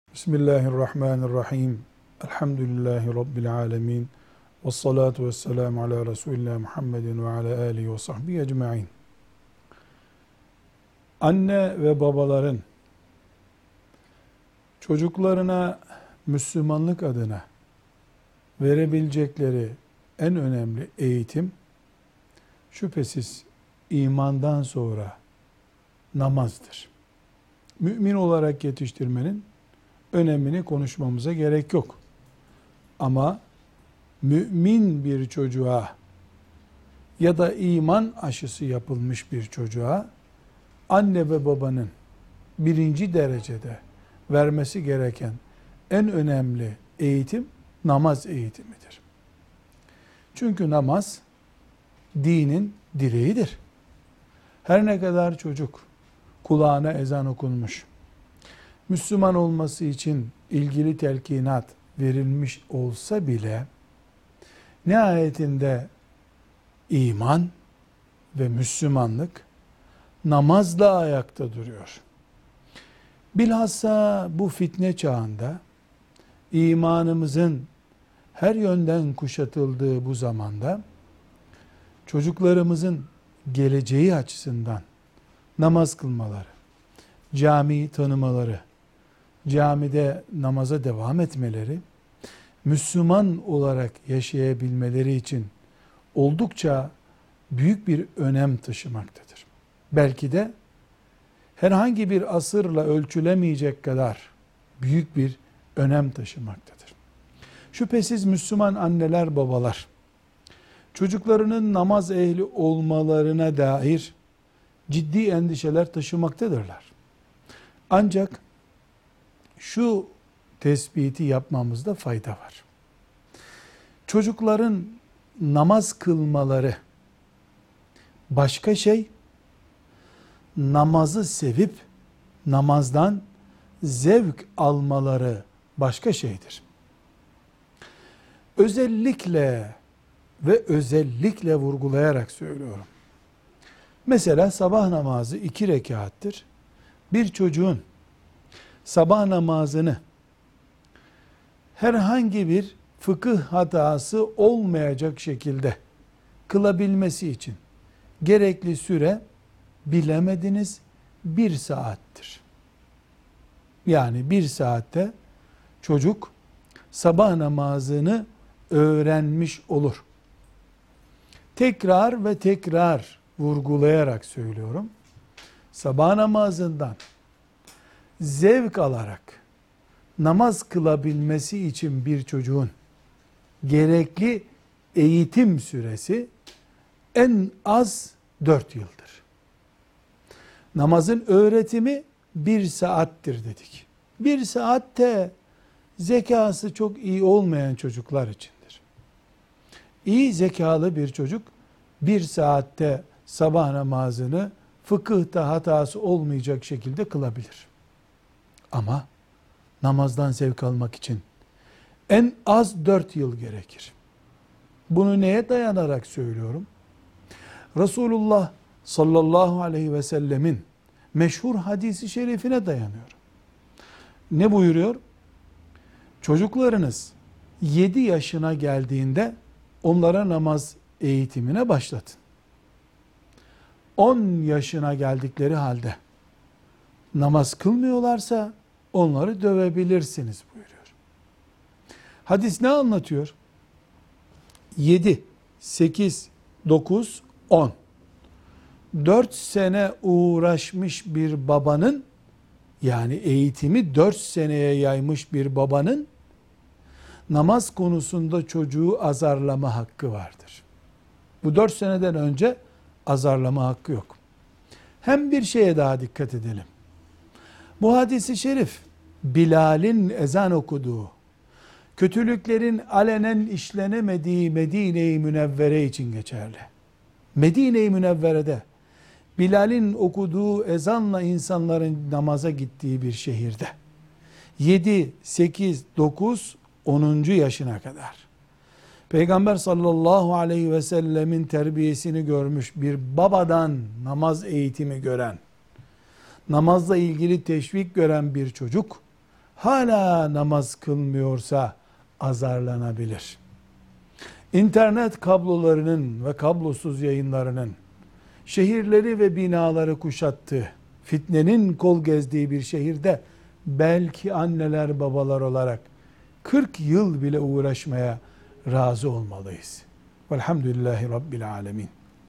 Bismillahirrahmanirrahim. Elhamdülillahi Rabbil alemin. Vessalatu vesselamu ala Resulillah Muhammedin ve ala alihi ve sahbihi ecma'in. Anne ve babaların çocuklarına Müslümanlık adına verebilecekleri en önemli eğitim, şüphesiz imandan sonra namazdır. Mümin olarak yetiştirmenin önemini konuşmamıza gerek yok. Ama mümin bir çocuğa ya da iman aşısı yapılmış bir çocuğa anne ve babanın birinci derecede vermesi gereken en önemli eğitim namaz eğitimidir. Çünkü namaz dinin direğidir. Her ne kadar çocuk kulağına ezan okunmuş, Müslüman olması için ilgili telkinat verilmiş olsa bile nihayetinde iman ve Müslümanlık namazla ayakta duruyor. Bilhassa bu fitne çağında imanımızın her yönden kuşatıldığı bu zamanda çocuklarımızın geleceği açısından namaz kılmaları, camiyi tanımaları, camide namaza devam etmeleri, Müslüman olarak yaşayabilmeleri için oldukça büyük bir önem taşımaktadır. Belki de herhangi bir asırla ölçülemeyecek kadar büyük bir önem taşımaktadır. Şüphesiz Müslüman anneler, babalar, çocuklarının namaz ehli olmalarına dair ciddi endişeler taşımaktadırlar. Ancak şu tespiti yapmamızda fayda var. Çocukların namaz kılmaları başka şey, namazı sevip namazdan zevk almaları başka şeydir. Özellikle vurgulayarak söylüyorum. Mesela sabah namazı 2 rekattır. Bir çocuğun sabah namazını herhangi bir fıkıh hatası olmayacak şekilde kılabilmesi için gerekli süre bilemediniz 1 saattir. Yani 1 saatte çocuk sabah namazını öğrenmiş olur. Tekrar ve tekrar vurgulayarak söylüyorum. Sabah namazından zevk alarak namaz kılabilmesi için bir çocuğun gerekli eğitim süresi en az 4 yıldır. Namazın öğretimi 1 saattir dedik. 1 saatte zekası çok iyi olmayan çocuklar içindir. İyi zekalı bir çocuk 1 saatte sabah namazını fıkıhta hatası olmayacak şekilde kılabilir. Ama namazdan zevk almak için en az 4 yıl gerekir. Bunu neye dayanarak söylüyorum? Resulullah sallallahu aleyhi ve sellemin meşhur hadisi şerifine dayanıyorum. Ne buyuruyor? Çocuklarınız 7 yaşına geldiğinde onlara namaz eğitimine başlatın. 10 yaşına geldikleri halde namaz kılmıyorlarsa onları dövebilirsiniz buyuruyor. Hadis ne anlatıyor? 7, 8, 9, 10. 4 sene uğraşmış bir babanın, yani eğitimi 4 seneye yaymış bir babanın namaz konusunda çocuğu azarlama hakkı vardır. Bu 4 seneden önce azarlama hakkı yok. Hem bir şeye daha dikkat edelim. Bu hadis-i şerif Bilal'in ezan okuduğu, kötülüklerin alenen işlenemediği Medine-i Münevvere için geçerli. Medine-i Münevvere'de Bilal'in okuduğu ezanla insanların namaza gittiği bir şehirde 7, 8, 9, 10. yaşına kadar Peygamber sallallahu aleyhi ve sellemin terbiyesini görmüş bir babadan namaz eğitimi gören, namazla ilgili teşvik gören bir çocuk hala namaz kılmıyorsa azarlanabilir. İnternet kablolarının ve kablosuz yayınlarının şehirleri ve binaları kuşattığı, fitnenin kol gezdiği bir şehirde belki anneler babalar olarak 40 yıl bile uğraşmaya razı olmalıyız. Velhamdülillahi Rabbil Alemin.